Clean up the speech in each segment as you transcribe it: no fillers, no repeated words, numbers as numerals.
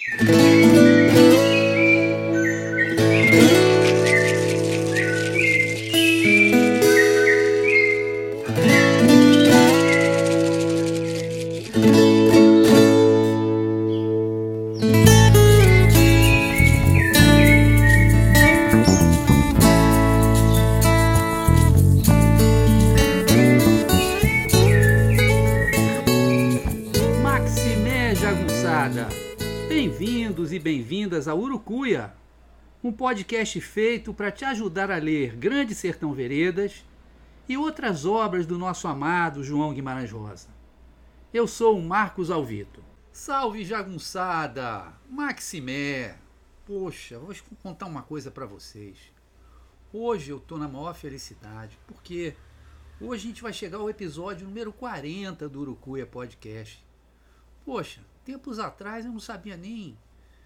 Bem-vindos e bem-vindas a Urucuia, um podcast feito para te ajudar a ler Grande Sertão Veredas e outras obras do nosso amado João Guimarães Rosa. Eu sou o Marcos Alvito. Salve, jagunçada! Maximé! Poxa, vou contar uma coisa para vocês. Hoje eu estou na maior felicidade, porque hoje a gente vai chegar ao episódio número 40 do Urucuia Podcast. Poxa, tempos atrás eu não sabia nem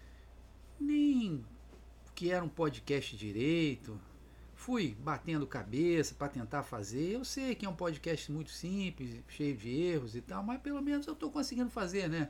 o que era um podcast direito. Fui batendo cabeça para tentar fazer. Eu sei que é um podcast muito simples, cheio de erros e tal, mas pelo menos eu estou conseguindo fazer, né?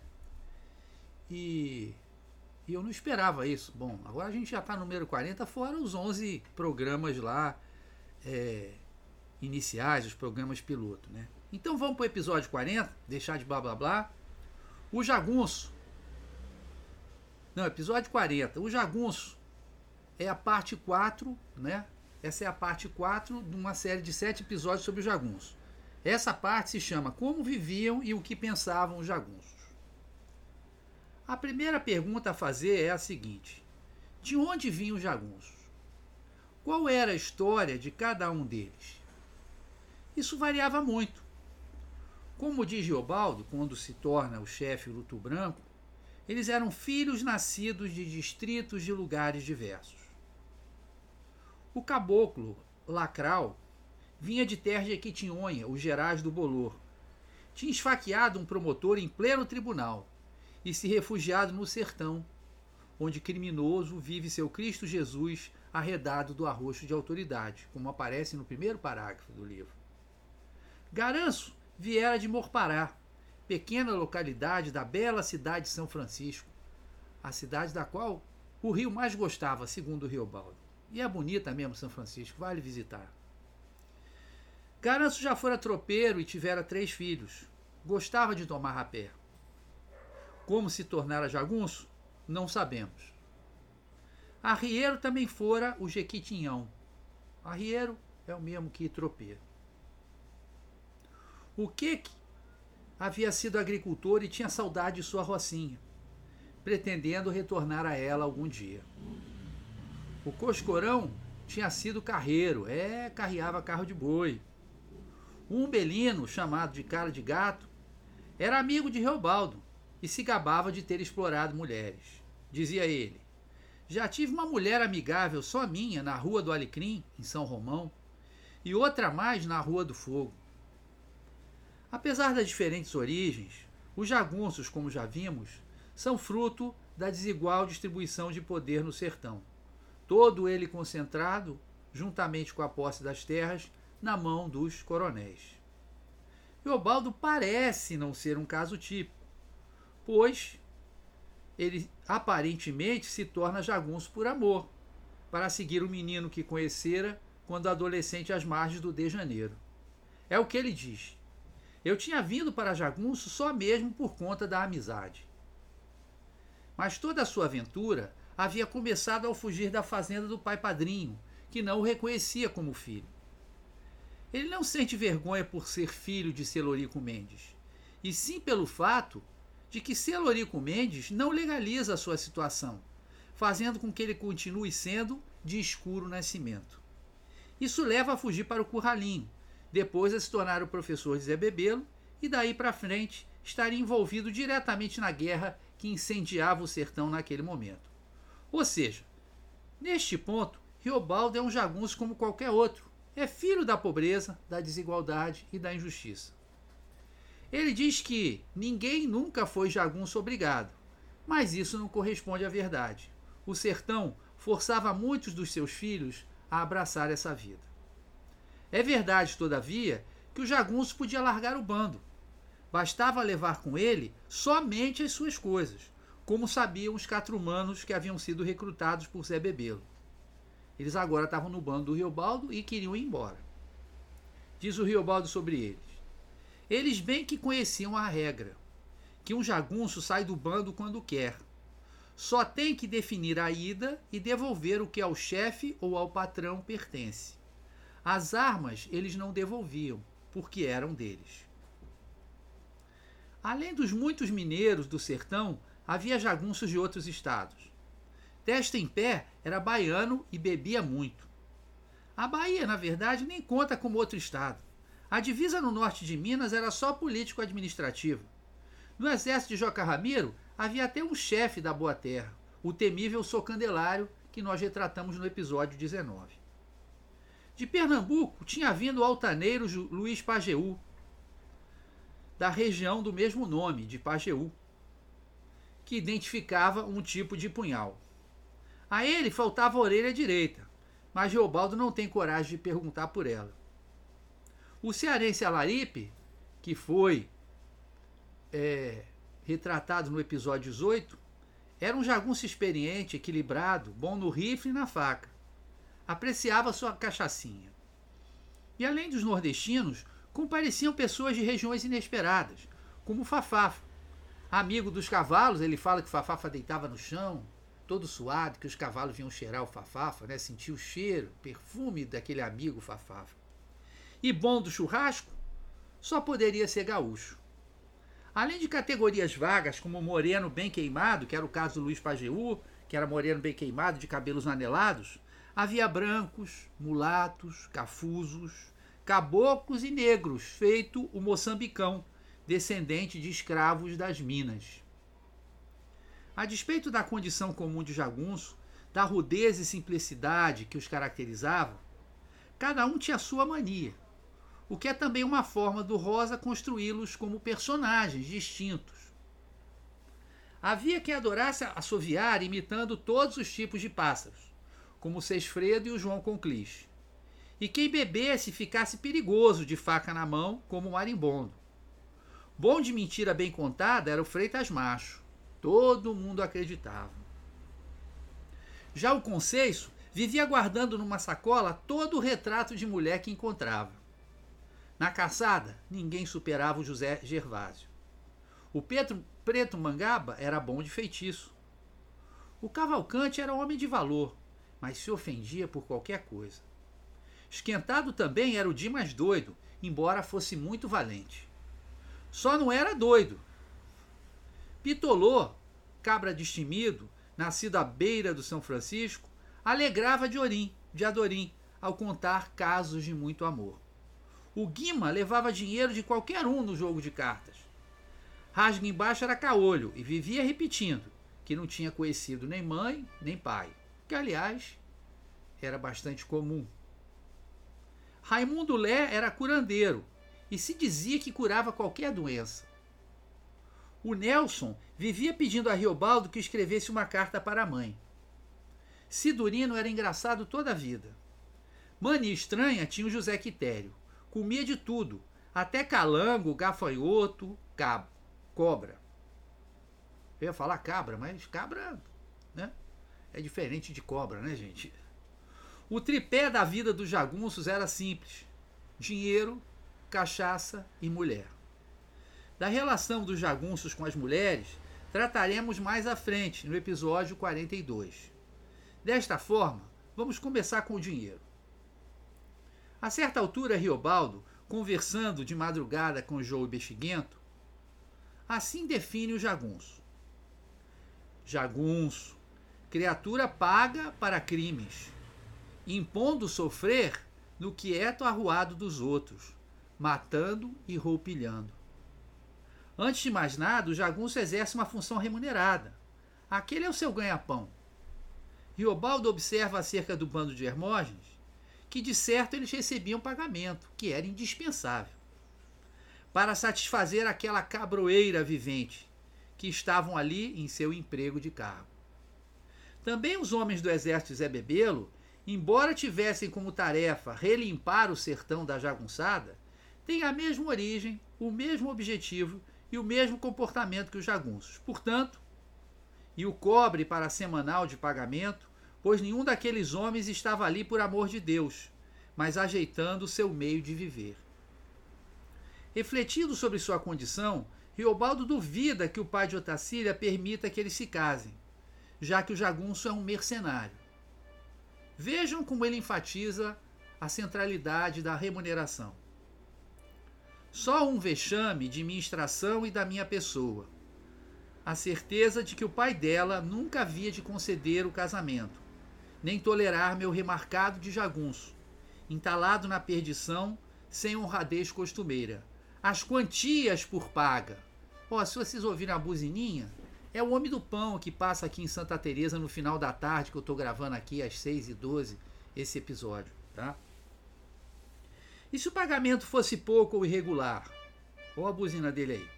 E eu não esperava isso. Bom, agora a gente já está no número 40, fora os 11 programas lá iniciais, os programas piloto, né? Então vamos para o episódio 40, deixar de blá blá blá. O Jagunço. Não, episódio 40. O Jagunço é a parte 4, né? Essa é a parte 4 de uma série de 7 episódios sobre o Jagunço. Essa parte se chama Como Viviam e o que Pensavam os Jagunços. A primeira pergunta a fazer é a seguinte: de onde vinham os jagunços? Qual era a história de cada um deles? Isso variava muito. Como diz Riobaldo, quando se torna o chefe Luto Branco, eles eram filhos nascidos de distritos de lugares diversos. O caboclo Lacral vinha de terra de Equitinhonha, os Gerais do Bolor. Tinha esfaqueado um promotor em pleno tribunal e se refugiado no sertão, onde criminoso vive seu Cristo Jesus arredado do arroxo de autoridade, como aparece no primeiro parágrafo do livro. Garanço viera de Morpará, pequena localidade da bela cidade de São Francisco, a cidade da qual o Rio mais gostava, segundo o Riobaldo. E é bonita mesmo São Francisco, vale visitar. Garanço já fora tropeiro e tivera 3 filhos. Gostava de tomar rapé. Como se tornara jagunço? Não sabemos. Arrieiro também fora o Jequitinhão. Arrieiro é o mesmo que tropeiro. O Queque havia sido agricultor e tinha saudade de sua rocinha, pretendendo retornar a ela algum dia. O Coscorão tinha sido carreiro, carreava carro de boi. O Umbelino, chamado de Cara de Gato, era amigo de Riobaldo e se gabava de ter explorado mulheres. Dizia ele: já tive uma mulher amigável só minha na Rua do Alecrim, em São Romão, e outra mais na Rua do Fogo. Apesar das diferentes origens, os jagunços, como já vimos, são fruto da desigual distribuição de poder no sertão, todo ele concentrado, juntamente com a posse das terras, na mão dos coronéis. Riobaldo parece não ser um caso típico, pois ele aparentemente se torna jagunço por amor, para seguir o menino que conhecera quando adolescente às margens do de Janeiro. É o que ele diz: eu tinha vindo para Jagunço só mesmo por conta da amizade. Mas toda a sua aventura havia começado ao fugir da fazenda do pai padrinho, que não o reconhecia como filho. Ele não sente vergonha por ser filho de Celorico Mendes, e sim pelo fato de que Celorico Mendes não legaliza a sua situação, fazendo com que ele continue sendo de escuro nascimento. Isso leva a fugir para o Curralinho, depois a se tornar o professor de Zé Bebelo e daí para frente estaria envolvido diretamente na guerra que incendiava o sertão naquele momento. Ou seja, neste ponto, Riobaldo é um jagunço como qualquer outro. É filho da pobreza, da desigualdade e da injustiça. Ele diz que ninguém nunca foi jagunço obrigado, mas isso não corresponde à verdade. O sertão forçava muitos dos seus filhos a abraçar essa vida. É verdade, todavia, que o jagunço podia largar o bando. Bastava levar com ele somente as suas coisas, como sabiam os catrumanos que haviam sido recrutados por Zé Bebelo. Eles agora estavam no bando do Riobaldo e queriam ir embora. Diz o Riobaldo sobre eles: eles bem que conheciam a regra, que um jagunço sai do bando quando quer. Só tem que definir a ida e devolver o que ao chefe ou ao patrão pertence. As armas eles não devolviam, porque eram deles. Além dos muitos mineiros do sertão, havia jagunços de outros estados. Testa em pé era baiano e bebia muito. A Bahia, na verdade, nem conta como outro estado. A divisa no norte de Minas era só político-administrativa. No exército de Joca Ramiro, havia até um chefe da Boa Terra, o temível Sou Candelário, que nós retratamos no episódio 19. De Pernambuco tinha vindo o altaneiro Luiz Pajeú, da região do mesmo nome, de Pajeú, que identificava um tipo de punhal. A ele faltava a orelha direita, mas Riobaldo não tem coragem de perguntar por ela. O cearense Alaripe, que foi retratado no episódio 18, era um jagunço experiente, equilibrado, bom no rifle e na faca. Apreciava sua cachaçinha. E além dos nordestinos, compareciam pessoas de regiões inesperadas, como o Fafafa. Amigo dos cavalos, ele fala que o Fafafa deitava no chão, todo suado, que os cavalos vinham cheirar o Fafafa, né? Sentir o cheiro, o perfume daquele amigo Fafafa. E bom do churrasco, só poderia ser gaúcho. Além de categorias vagas, como moreno bem queimado, que era o caso do Luiz Pajeú, que era moreno bem queimado, de cabelos anelados, havia brancos, mulatos, cafusos, caboclos e negros, feito o moçambicão, descendente de escravos das Minas. A despeito da condição comum de jagunço, da rudez e simplicidade que os caracterizava, cada um tinha sua mania, o que é também uma forma do Rosa construí-los como personagens distintos. Havia quem adorasse assoviar imitando todos os tipos de pássaros, como o Sesfredo e o João Conclis. E quem bebesse e ficasse perigoso de faca na mão, como o marimbondo. Bom de mentira bem contada era o Freitas Macho. Todo mundo acreditava. Já o Conceiço vivia guardando numa sacola todo o retrato de mulher que encontrava. Na caçada, ninguém superava o José Gervásio. O Preto Mangaba era bom de feitiço. O Cavalcante era homem de valor, mas se ofendia por qualquer coisa. Esquentado também era o Dimas Doido, embora fosse muito valente. Só não era doido. Pitolô, cabra destemido, nascido à beira do São Francisco, alegrava de Adorim, ao contar casos de muito amor. O Guima levava dinheiro de qualquer um no jogo de cartas. Rasga embaixo era caolho e vivia repetindo que não tinha conhecido nem mãe nem pai, que aliás era bastante comum. Raimundo Lé era curandeiro e se dizia que curava qualquer doença. O Nelson vivia pedindo a Riobaldo que escrevesse uma carta para a mãe. Cidurino era engraçado toda a vida. Mania estranha tinha o José Quitério. Comia de tudo, até calango, gafanhoto, cobra. Eu ia falar cabra, mas cabra, né? É diferente de cobra, né, gente? O tripé da vida dos jagunços era simples: dinheiro, cachaça e mulher. Da relação dos jagunços com as mulheres, trataremos mais à frente, no episódio 42. Desta forma, vamos começar com o dinheiro. A certa altura, Riobaldo, conversando de madrugada com João Bexiguento, assim define o jagunço. Jagunço, criatura paga para crimes, impondo sofrer no quieto arruado dos outros, matando e roupilhando. Antes de mais nada, o jagunço exerce uma função remunerada. Aquele é o seu ganha-pão. Riobaldo observa acerca do bando de Hermógenes que de certo eles recebiam pagamento, que era indispensável, para satisfazer aquela cabroeira vivente, que estavam ali em seu emprego de cargo. Também os homens do exército de Zé Bebelo, embora tivessem como tarefa relimpar o sertão da jagunçada, têm a mesma origem, o mesmo objetivo e o mesmo comportamento que os jagunços. Portanto, e o cobre para a semanal de pagamento, pois nenhum daqueles homens estava ali por amor de Deus, mas ajeitando o seu meio de viver. Refletindo sobre sua condição, Riobaldo duvida que o pai de Otacília permita que eles se casem, já que o jagunço é um mercenário. Vejam como ele enfatiza a centralidade da remuneração. Só um vexame de minha extração e da minha pessoa. A certeza de que o pai dela nunca havia de conceder o casamento, nem tolerar meu remarcado de jagunço, entalado na perdição, sem honradez costumeira. As quantias por paga. Se vocês ouvirem a buzininha, é o Homem do Pão que passa aqui em Santa Teresa no final da tarde, que eu estou gravando aqui às 6h12, esse episódio, tá? E se o pagamento fosse pouco ou irregular? Olha a buzina dele aí.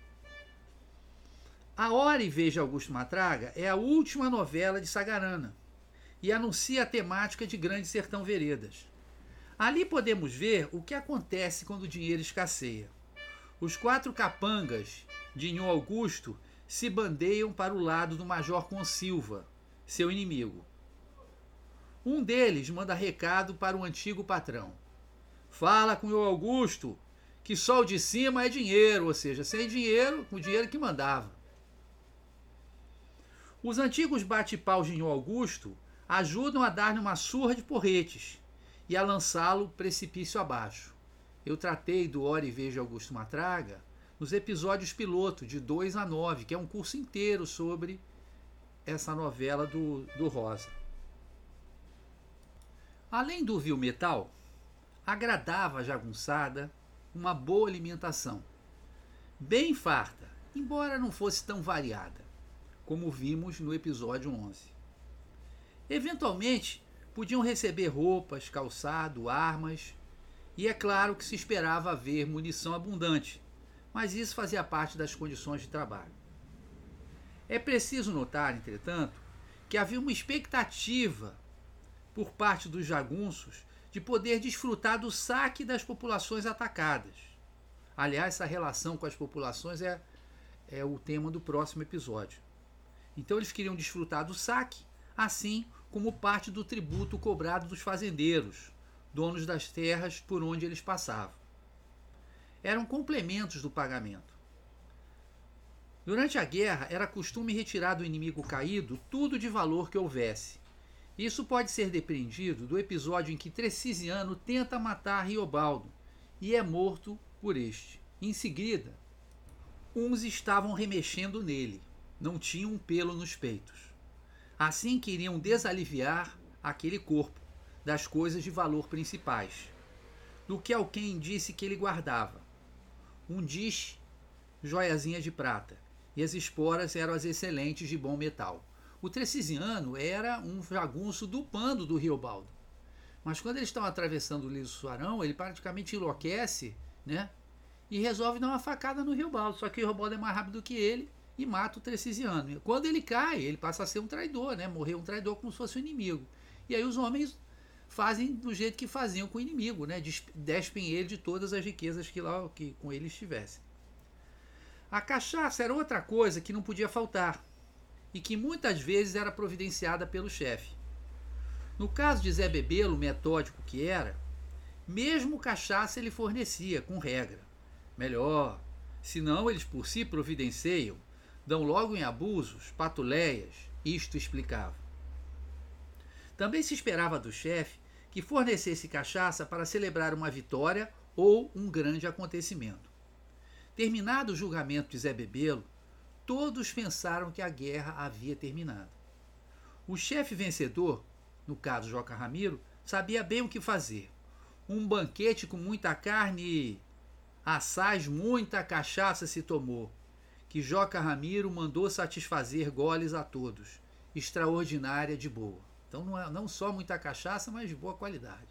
A Hora e Vez de Augusto Matraga é a última novela de Sagarana e anuncia a temática de Grande Sertão Veredas. Ali podemos ver o que acontece quando o dinheiro escasseia. Os 4 capangas de Nhô Augusto se bandeiam para o lado do Major Consilva, seu inimigo. Um deles manda recado para o antigo patrão. Fala com o Augusto que só o de cima é dinheiro, ou seja, sem dinheiro, com o dinheiro que mandava. Os antigos bate-paus de Nhô Augusto ajudam a dar-lhe uma surra de porretes e a lançá-lo precipício abaixo. Eu tratei do Hora e Vez de Augusto Matraga nos episódios piloto de 2 a 9, que é um curso inteiro sobre essa novela do Rosa. Além do vil metal, agradava a jagunçada uma boa alimentação, bem farta, embora não fosse tão variada, como vimos no episódio 11. Eventualmente, podiam receber roupas, calçado, armas, e é claro que se esperava ver munição abundante, mas isso fazia parte das condições de trabalho. É preciso notar, entretanto, que havia uma expectativa por parte dos jagunços de poder desfrutar do saque das populações atacadas. Aliás, essa relação com as populações é o tema do próximo episódio. Então eles queriam desfrutar do saque, assim como parte do tributo cobrado dos fazendeiros, donos das terras por onde eles passavam. Eram complementos do pagamento. Durante a guerra, era costume retirar do inimigo caído tudo de valor que houvesse. Isso pode ser depreendido do episódio em que Tressiliano tenta matar Riobaldo e é morto por este. Em seguida, uns estavam remexendo nele, não tinham um pelo nos peitos. Assim queriam desaliviar aquele corpo das coisas de valor principais, do que alguém disse que ele guardava. Um diz joiazinha de prata, e as esporas eram as excelentes de bom metal. O Tressiliano era um jagunço do bando do Riobaldo. Mas quando eles estão atravessando o Liso Suarão, ele praticamente enlouquece, né? E resolve dar uma facada no Riobaldo. Só que o Riobaldo é mais rápido que ele e mata o Tressiliano. Quando ele cai, ele passa a ser um traidor, né? Morreu um traidor como se fosse um inimigo. E aí os homens fazem do jeito que faziam com o inimigo, né? Despem ele de todas as riquezas que com ele estivessem. A cachaça era outra coisa que não podia faltar e que muitas vezes era providenciada pelo chefe. No caso de Zé Bebelo, metódico que era, mesmo cachaça ele fornecia, com regra. Melhor, senão eles por si providenciam, dão logo em abusos, patuleias, isto explicava. Também se esperava do chefe que fornecesse cachaça para celebrar uma vitória ou um grande acontecimento. Terminado o julgamento de Zé Bebelo, todos pensaram que a guerra havia terminado. O chefe vencedor, no caso Joca Ramiro, sabia bem o que fazer. Um banquete com muita carne e assaz muita cachaça se tomou, que Joca Ramiro mandou satisfazer goles a todos, extraordinária de boa. Então não só muita cachaça, mas de boa qualidade.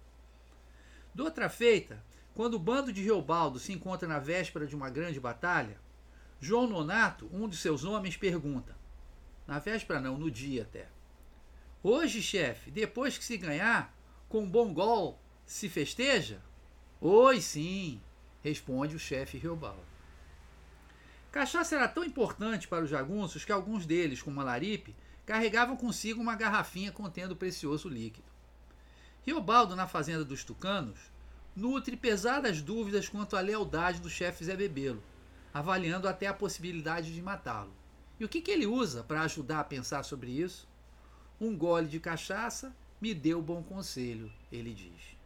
De outra feita, quando o bando de Riobaldo se encontra na véspera de uma grande batalha, João Nonato, um de seus homens, pergunta, na véspera não, no dia até, hoje, chefe, depois que se ganhar, com bom gol, se festeja? Oi, sim, responde o chefe Riobaldo. Cachaça era tão importante para os jagunços que alguns deles, como Alaripe, carregavam consigo uma garrafinha contendo precioso líquido. Riobaldo, na fazenda dos tucanos, nutre pesadas dúvidas quanto à lealdade do chefe Zé Bebelo, avaliando até a possibilidade de matá-lo. E o que ele usa para ajudar a pensar sobre isso? Um gole de cachaça me deu bom conselho, ele diz.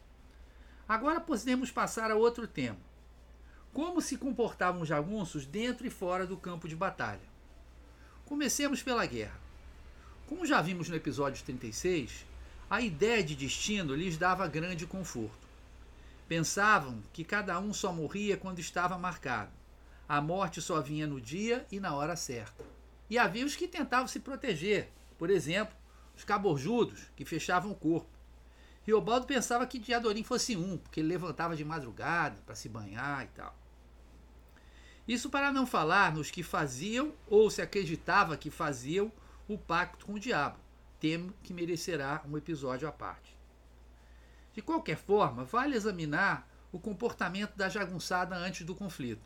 Agora podemos passar a outro tema. Como se comportavam os jagunços dentro e fora do campo de batalha? Comecemos pela guerra. Como já vimos no episódio 36, a ideia de destino lhes dava grande conforto. Pensavam que cada um só morria quando estava marcado. A morte só vinha no dia e na hora certa. E havia os que tentavam se proteger. Por exemplo, os caborjudos, que fechavam o corpo. Riobaldo pensava que Diadorim fosse um, porque ele levantava de madrugada para se banhar e tal. Isso para não falar nos que faziam, ou se acreditava que faziam, o pacto com o diabo. Temo que merecerá um episódio à parte. De qualquer forma, vale examinar o comportamento da jagunçada antes do conflito.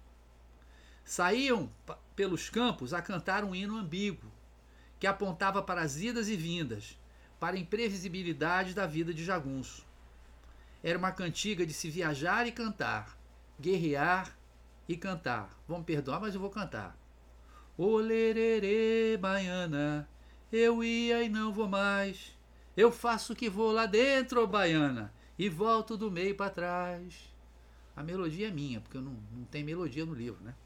Saíam pelos campos a cantar um hino ambíguo, que apontava para as idas e vindas, para a imprevisibilidade da vida de jagunço. Era uma cantiga de se viajar e cantar, guerrear e cantar. Vão me perdoar, mas eu vou cantar. Olererê, baiana, eu ia e não vou mais. Eu faço que vou lá dentro, baiana, e volto do meio para trás. A melodia é minha, porque não tem melodia no livro, né?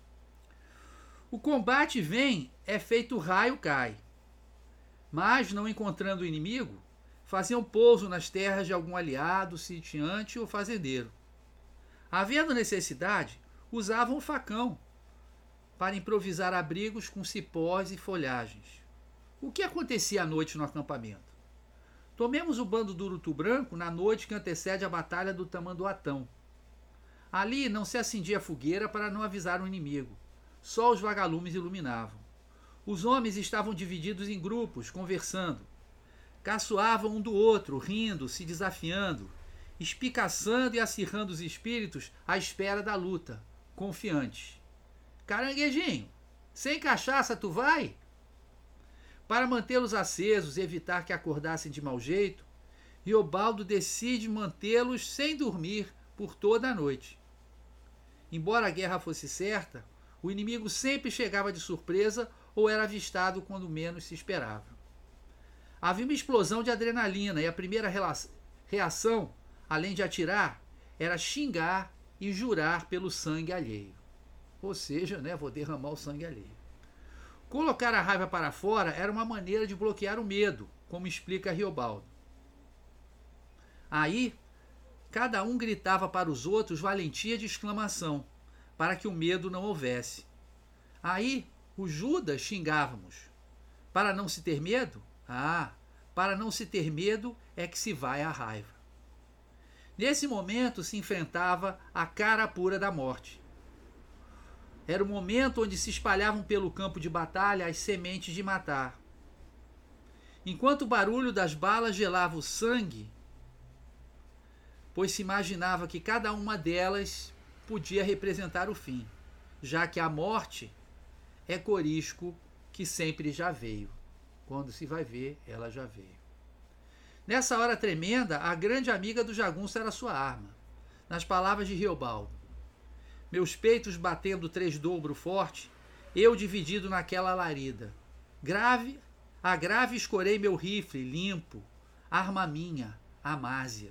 O combate vem, é feito raio cai. Mas, não encontrando o inimigo, faziam pouso nas terras de algum aliado, sitiante ou fazendeiro. Havendo necessidade, usavam o facão para improvisar abrigos com cipós e folhagens. O que acontecia à noite no acampamento? Tomemos o bando do Urutu Branco na noite que antecede a batalha do Tamanduatão. Ali não se acendia fogueira para não avisar o inimigo. Só os vagalumes iluminavam. Os homens estavam divididos em grupos, conversando. Caçoavam um do outro, rindo, se desafiando, espicaçando e acirrando os espíritos à espera da luta, confiantes. Caranguejinho, sem cachaça tu vai? Para mantê-los acesos e evitar que acordassem de mau jeito, Riobaldo decide mantê-los sem dormir por toda a noite. Embora a guerra fosse certa, o inimigo sempre chegava de surpresa ou era avistado quando menos se esperava. Havia uma explosão de adrenalina e a primeira reação, além de atirar, era xingar e jurar pelo sangue alheio. Ou seja, vou derramar o sangue alheio. Colocar a raiva para fora era uma maneira de bloquear o medo, como explica Riobaldo. Aí, cada um gritava para os outros valentia de exclamação, para que o medo não houvesse. Aí, o Judas xingávamos. Para não se ter medo? Para não se ter medo é que se vai a raiva. Nesse momento se enfrentava a cara pura da morte. Era o momento onde se espalhavam pelo campo de batalha as sementes de matar. Enquanto o barulho das balas gelava o sangue, pois se imaginava que cada uma delas podia representar o fim, já que a morte é corisco que sempre já veio. Quando se vai ver, ela já veio. Nessa hora tremenda, a grande amiga do jagunço era sua arma. Nas palavras de Riobaldo: meus peitos batendo tresdobro forte, eu dividido naquela larida. A grave escorei meu rifle, limpo, arma minha, Amásia.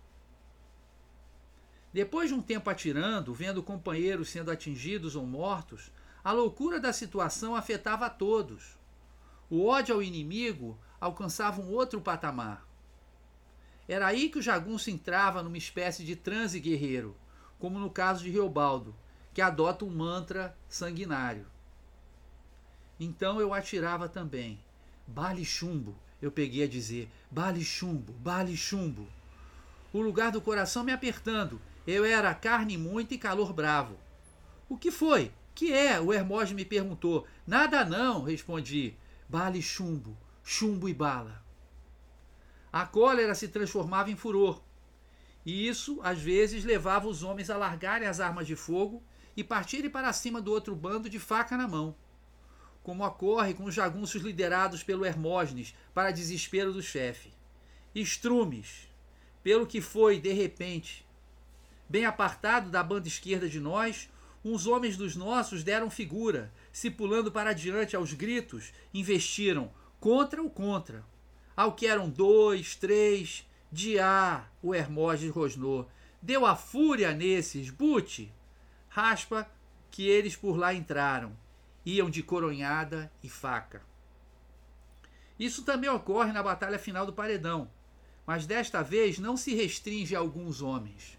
Depois de um tempo atirando, vendo companheiros sendo atingidos ou mortos, a loucura da situação afetava a todos. O ódio ao inimigo alcançava um outro patamar. Era aí que o jagunço entrava numa espécie de transe guerreiro, como no caso de Riobaldo, que adota um mantra sanguinário. Então eu atirava também. Bale chumbo, eu peguei a dizer. Bale chumbo, bale chumbo. O lugar do coração me apertando. Eu era carne muita e calor bravo. O que foi? Que é? O Hermógenes me perguntou. Nada não, respondi. Bale chumbo, chumbo e bala. A cólera se transformava em furor. E isso, às vezes, levava os homens a largarem as armas de fogo e partirem para cima do outro bando de faca na mão, como ocorre com os jagunços liderados pelo Hermógenes para desespero do chefe. Estrumes, pelo que foi, de repente, bem apartado da banda esquerda de nós, uns homens dos nossos deram figura, se pulando para adiante aos gritos, investiram contra o contra. Ao que eram 2, 3, diá, o Hermógenes rosnou. Deu a fúria nesses, bute, raspa, que eles por lá entraram. Iam de coronhada e faca. Isso também ocorre na batalha final do Paredão, mas desta vez não se restringe a alguns homens.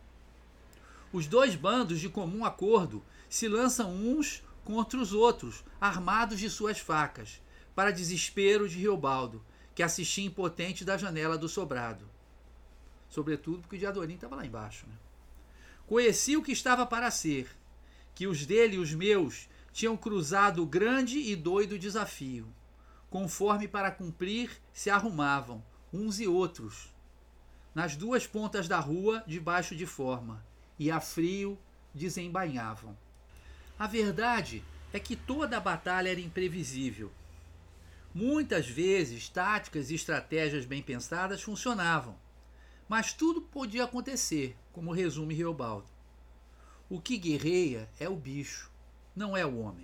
Os dois bandos, de comum acordo, se lançam uns contra os outros, armados de suas facas, para desespero de Riobaldo, que assistia impotente da janela do sobrado. Sobretudo porque o Diadorim estava lá embaixo. Né? Conheci o que estava para ser, que os dele e os meus tinham cruzado o grande e doido desafio. Conforme para cumprir, se arrumavam, uns e outros, nas duas pontas da rua, debaixo de forma, e a frio desembainhavam. A verdade é que toda a batalha era imprevisível. Muitas vezes, táticas e estratégias bem pensadas funcionavam, mas tudo podia acontecer, como resume Riobaldo. O que guerreia é o bicho, não é o homem.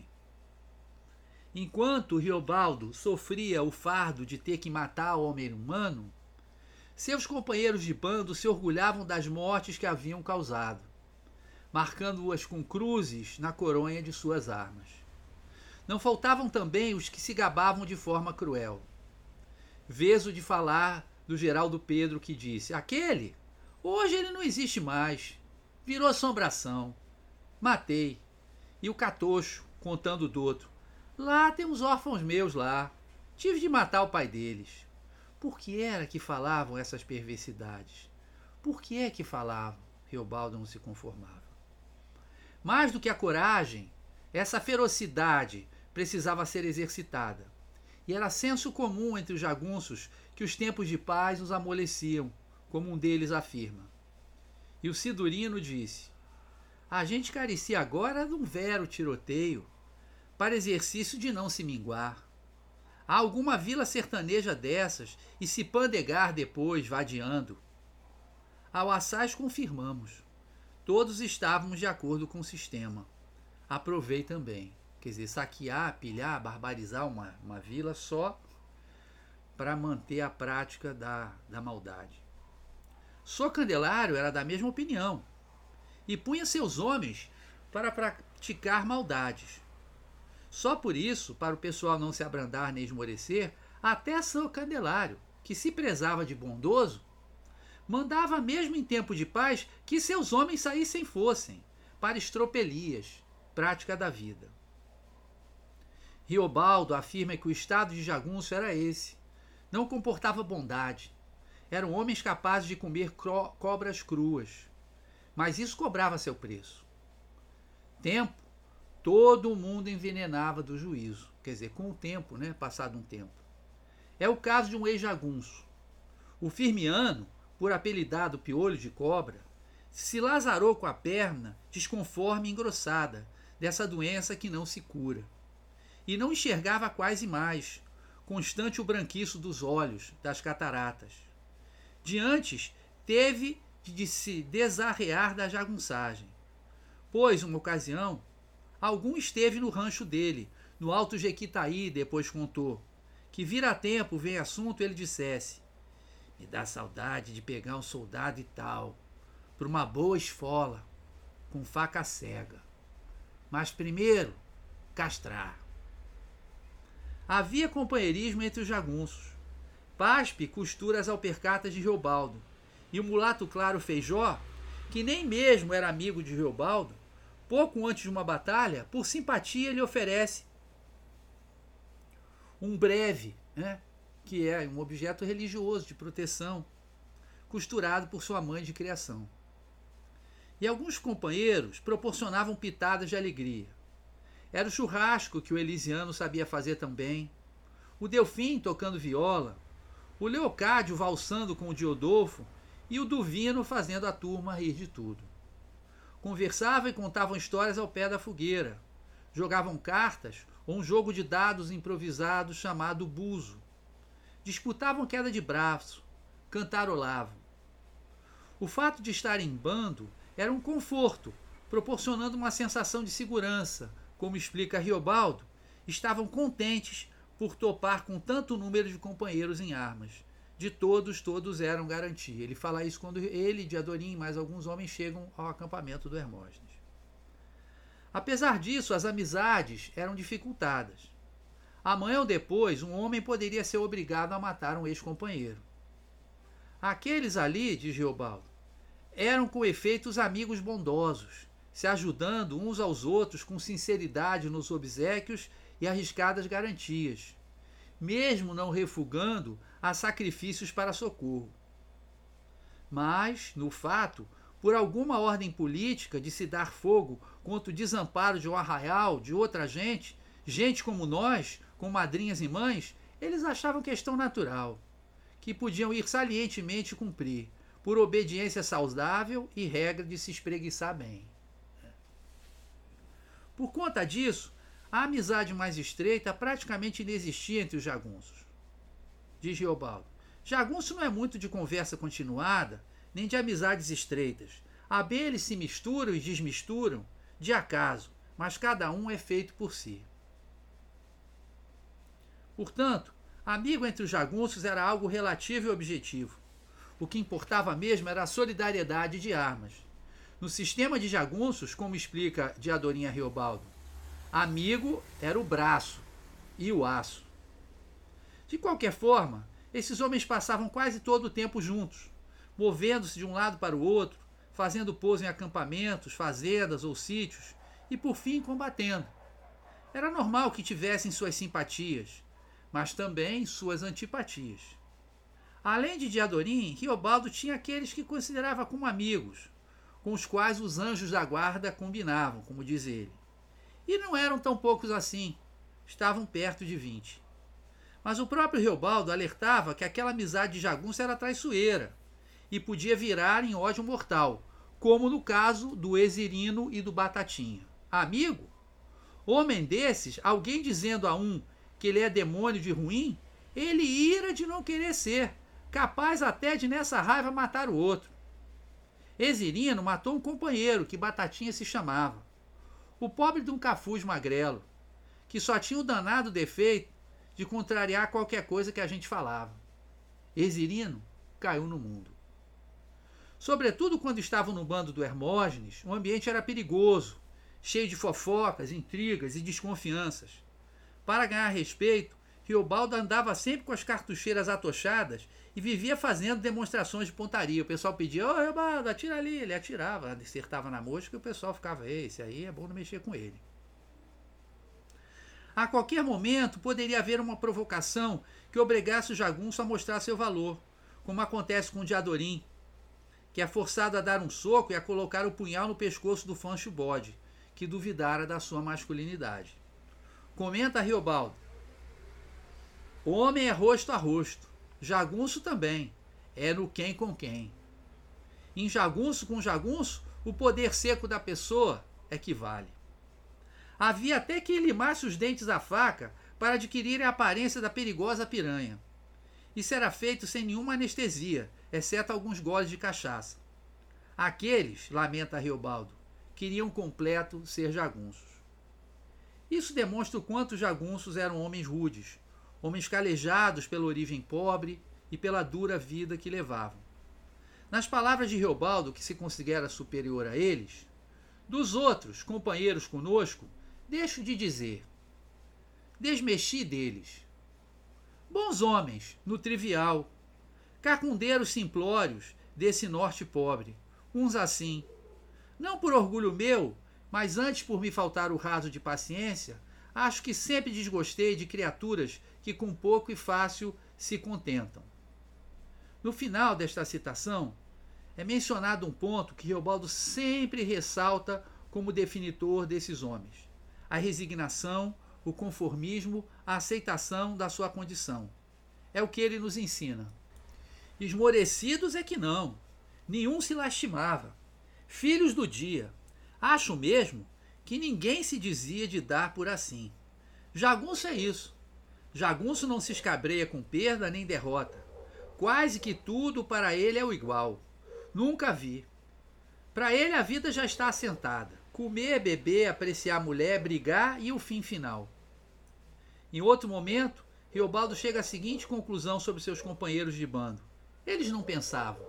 Enquanto Riobaldo sofria o fardo de ter que matar o homem humano, seus companheiros de bando se orgulhavam das mortes que haviam causado, marcando-as com cruzes na coronha de suas armas. Não faltavam também os que se gabavam de forma cruel. Vezo de falar do Geraldo Pedro que disse: aquele, hoje ele não existe mais, virou assombração, matei. E o Catocho, contando do outro: lá tem uns órfãos meus lá, tive de matar o pai deles. Por que era que falavam essas perversidades? Por que é que falavam? Riobaldo não se conformava. Mais do que a coragem, essa ferocidade precisava ser exercitada. E era senso comum entre os jagunços que os tempos de paz os amoleciam, como um deles afirma. E o Sidurino disse: a gente carecia agora de um vero tiroteio, para exercício de não se minguar. Há alguma vila sertaneja dessas, e se pandegar depois, vadiando. Ao assaz confirmamos. Todos estávamos de acordo com o sistema. Aprovei também. Quer dizer, saquear, pilhar, barbarizar uma vila só para manter a prática da maldade. Só Candelário era da mesma opinião e punha seus homens para praticar maldades. Só por isso, para o pessoal não se abrandar nem esmorecer, até São Candelário, que se prezava de bondoso, mandava mesmo em tempo de paz que seus homens saíssem fossem, para estropelias, prática da vida. Riobaldo afirma que o estado de jagunço era esse. Não comportava bondade. Eram homens capazes de comer cobras cruas. Mas isso cobrava seu preço. Tempo, todo mundo envenenava do juízo. Quer dizer, com o tempo, né? Passado um tempo. É o caso de um ex-jagunço. O Firmiano, por apelidado piolho de cobra, se lazarou com a perna desconforme e engrossada, dessa doença que não se cura. E não enxergava quase mais, constante o branquiço dos olhos, das cataratas. De antes, teve de se desarrear da jagunçagem. Pois, uma ocasião, algum esteve no rancho dele, no Alto Jequitaí, depois contou, que vira tempo, vem assunto, ele dissesse: me dá saudade de pegar um soldado e tal, para uma boa esfola, com faca cega. Mas primeiro, castrar. Havia companheirismo entre os jagunços. Paspe costura as alpercatas de Riobaldo, e o mulato claro Feijó, que nem mesmo era amigo de Riobaldo, pouco antes de uma batalha, por simpatia lhe oferece um breve, né, que é um objeto religioso de proteção, costurado por sua mãe de criação. E alguns companheiros proporcionavam pitadas de alegria. Era o churrasco que o Elisiano sabia fazer também, o Delfim tocando viola, o Leocádio valsando com o Diodolfo e o Duvino fazendo a turma rir de tudo. conversavam e contavam histórias ao pé da fogueira, jogavam cartas ou um jogo de dados improvisado chamado buzo, disputavam queda de braço, cantarolavam. O fato de estar em bando era um conforto, proporcionando uma sensação de segurança. Como explica Riobaldo, estavam contentes por topar com tanto número de companheiros em armas. De todos eram garantia. Ele fala isso quando ele, Diadorim e mais alguns homens chegam ao acampamento do Hermógenes. Apesar disso, as amizades eram dificultadas. Amanhã ou depois, um homem poderia ser obrigado a matar um ex-companheiro. Aqueles ali, diz Riobaldo, eram com efeito os amigos bondosos, se ajudando uns aos outros com sinceridade nos obséquios e arriscadas garantias, mesmo não refugando a sacrifícios para socorro. Mas, no fato, por alguma ordem política de se dar fogo contra o desamparo de um arraial, de outra gente como nós, com madrinhas e mães, eles achavam questão natural, que podiam ir salientemente cumprir, por obediência saudável e regra de se espreguiçar bem. Por conta disso, a amizade mais estreita praticamente inexistia entre os jagunços. Diz Riobaldo, jagunço não é muito de conversa continuada, nem de amizades estreitas. A bem eles se misturam e desmisturam, de acaso, mas cada um é feito por si. Portanto, amigo entre os jagunços era algo relativo e objetivo. O que importava mesmo era a solidariedade de armas. No sistema de jagunços, como explica Diadorim a Riobaldo, amigo era o braço e o aço. De qualquer forma, esses homens passavam quase todo o tempo juntos, movendo-se de um lado para o outro, fazendo pouso em acampamentos, fazendas ou sítios, e por fim combatendo. Era normal que tivessem suas simpatias, mas também suas antipatias. Além de Diadorim, Riobaldo tinha aqueles que considerava como amigos, com os quais os anjos da guarda combinavam, como diz ele. E não eram tão poucos assim, estavam perto de 20. Mas o próprio Riobaldo alertava que aquela amizade de jagunço era traiçoeira e podia virar em ódio mortal, como no caso do Exirino e do Batatinha. Amigo? Homem desses, alguém dizendo a um que ele é demônio de ruim, ele ira de não querer ser, capaz até de nessa raiva matar o outro. Exirino matou um companheiro que Batatinha se chamava, o pobre de um cafuz magrelo, que só tinha o danado defeito de contrariar qualquer coisa que a gente falava. Exirino caiu no mundo. Sobretudo quando estavam no bando do Hermógenes, o ambiente era perigoso, cheio de fofocas, intrigas e desconfianças. Para ganhar respeito, Riobaldo andava sempre com as cartucheiras atochadas e vivia fazendo demonstrações de pontaria. O pessoal pedia, ô Riobaldo, atira ali. Ele atirava, acertava na mosca e o pessoal ficava, esse aí é bom não mexer com ele. A qualquer momento poderia haver uma provocação que obrigasse o jagunço a mostrar seu valor, como acontece com o Diadorim, que é forçado a dar um soco e a colocar o punhal no pescoço do Fancho Bode, que duvidara da sua masculinidade. Comenta Riobaldo, homem é rosto a rosto, jagunço também, é no quem com quem. Em jagunço com jagunço, o poder seco da pessoa é que vale. Havia até quem limasse os dentes à faca para adquirir a aparência da perigosa piranha. Isso era feito sem nenhuma anestesia, exceto alguns goles de cachaça. Aqueles, lamenta Riobaldo, queriam completo ser jagunços. Isso demonstra o quanto os jagunços eram homens rudes, homens calejados pela origem pobre e pela dura vida que levavam. Nas palavras de Riobaldo, que se considera superior a eles, dos outros companheiros conosco, deixo de dizer, desmexi deles. Bons homens, no trivial, cacundeiros simplórios desse norte pobre, uns assim, não por orgulho meu, mas antes por me faltar o raso de paciência, acho que sempre desgostei de criaturas que com pouco e fácil se contentam. No final desta citação, é mencionado um ponto que Riobaldo sempre ressalta como definitor desses homens: a resignação, o conformismo, a aceitação da sua condição. É o que ele nos ensina. Esmorecidos é que não, nenhum se lastimava. Filhos do dia, Acho mesmo que ninguém se dizia de dar por assim. Jagunço é isso. Jagunço não se escabreia com perda nem derrota. Quase que tudo para ele é o igual. Nunca vi. Para ele a vida já está assentada. Comer, beber, apreciar a mulher, brigar e o fim final. Em outro momento, Riobaldo chega à seguinte conclusão sobre seus companheiros de bando. Eles não pensavam.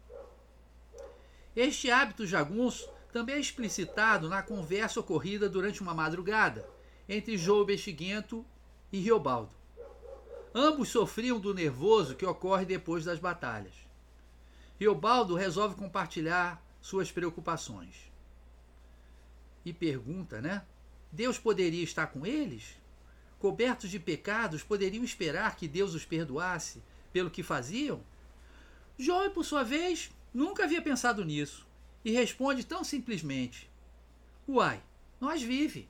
Este hábito jagunço também é explicitado na conversa ocorrida durante uma madrugada entre João Bexiguento e Riobaldo. Ambos sofriam do nervoso que ocorre depois das batalhas. Riobaldo resolve compartilhar suas preocupações. E pergunta, Deus poderia estar com eles? Cobertos de pecados, poderiam esperar que Deus os perdoasse pelo que faziam? João, por sua vez, nunca havia pensado nisso e responde tão simplesmente: Uai, nós vive.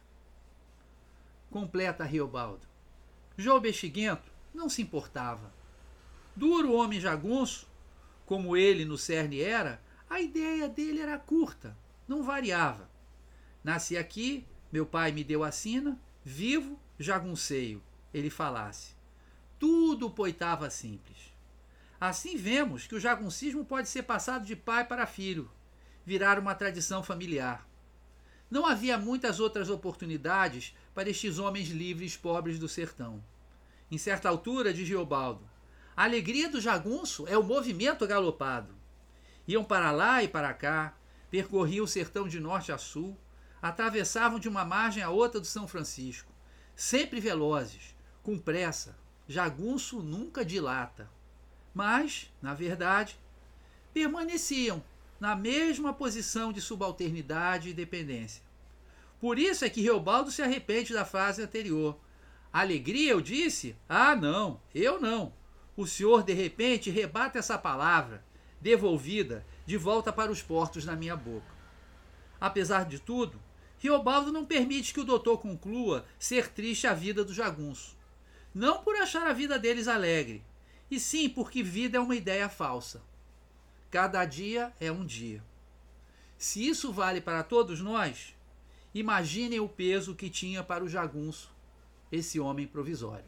Completa Riobaldo. João Bexiguento não se importava. Duro homem jagunço, como ele no cerne era, a ideia dele era curta, não variava. Nasci aqui, meu pai me deu a sina, vivo, jagunceio, ele falasse. Tudo poitava simples. Assim vemos que o jaguncismo pode ser passado de pai para filho, virar uma tradição familiar. Não havia muitas outras oportunidades para estes homens livres pobres do sertão. Em certa altura, diz Riobaldo, a alegria do jagunço é o movimento galopado. Iam para lá e para cá, percorriam o sertão de norte a sul, atravessavam de uma margem a outra do São Francisco, sempre velozes, com pressa, jagunço nunca dilata. Mas, na verdade, permaneciam na mesma posição de subalternidade e dependência. Por isso é que Riobaldo se arrepende da frase anterior. Alegria, eu disse? Ah, não, eu não. O senhor, de repente, rebate essa palavra, devolvida, de volta para os portos na minha boca. Apesar de tudo, Riobaldo não permite que o doutor conclua ser triste a vida do jagunço. Não por achar a vida deles alegre, e sim porque vida é uma ideia falsa. Cada dia é um dia. Se isso vale para todos nós, imaginem o peso que tinha para o jagunço esse homem provisório.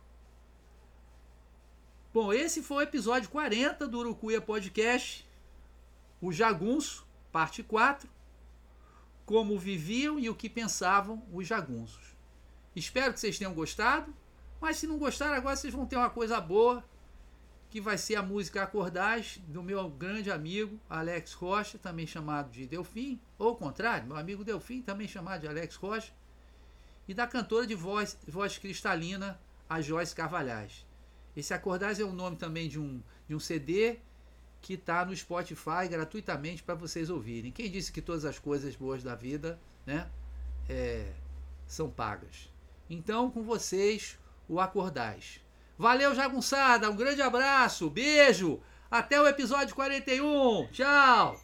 Bom, esse foi o episódio 40 do Urucuia Podcast, o jagunço, parte 4, como viviam e o que pensavam os jagunços. Espero que vocês tenham gostado, mas se não gostaram, agora vocês vão ter uma coisa boa, que vai ser a música Acordais, do meu grande amigo Alex Rocha, também chamado de Delfim, ou ao contrário, meu amigo Delfim, também chamado de Alex Rocha, e da cantora de voz cristalina, a Joyce Carvalhais. Esse Acordais é o nome também de um CD que está no Spotify gratuitamente para vocês ouvirem. Quem disse que todas as coisas boas da vida, são pagas? Então, com vocês, o Acordais. Valeu, jagunçada, um grande abraço, beijo, até o episódio 41, tchau!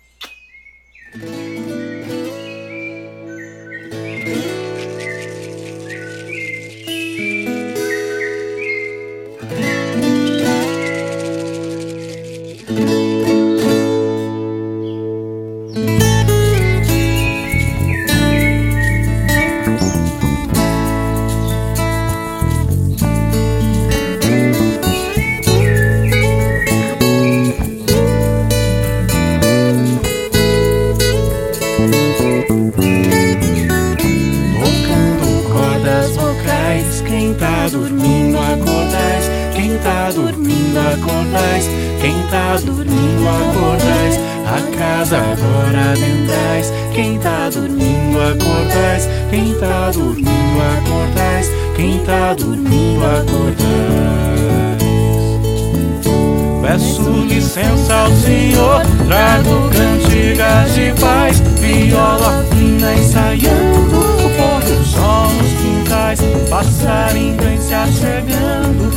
Quem tá dormindo, acordais. A casa agora adentrais. Quem tá dormindo, acordais. Quem tá dormindo, acordais. Quem tá dormindo, acordais. Peço licença ao Senhor, trago cantigas de paz, viola fina ensaiando o pôr do sol nos quintais, passarinho vem se achegando,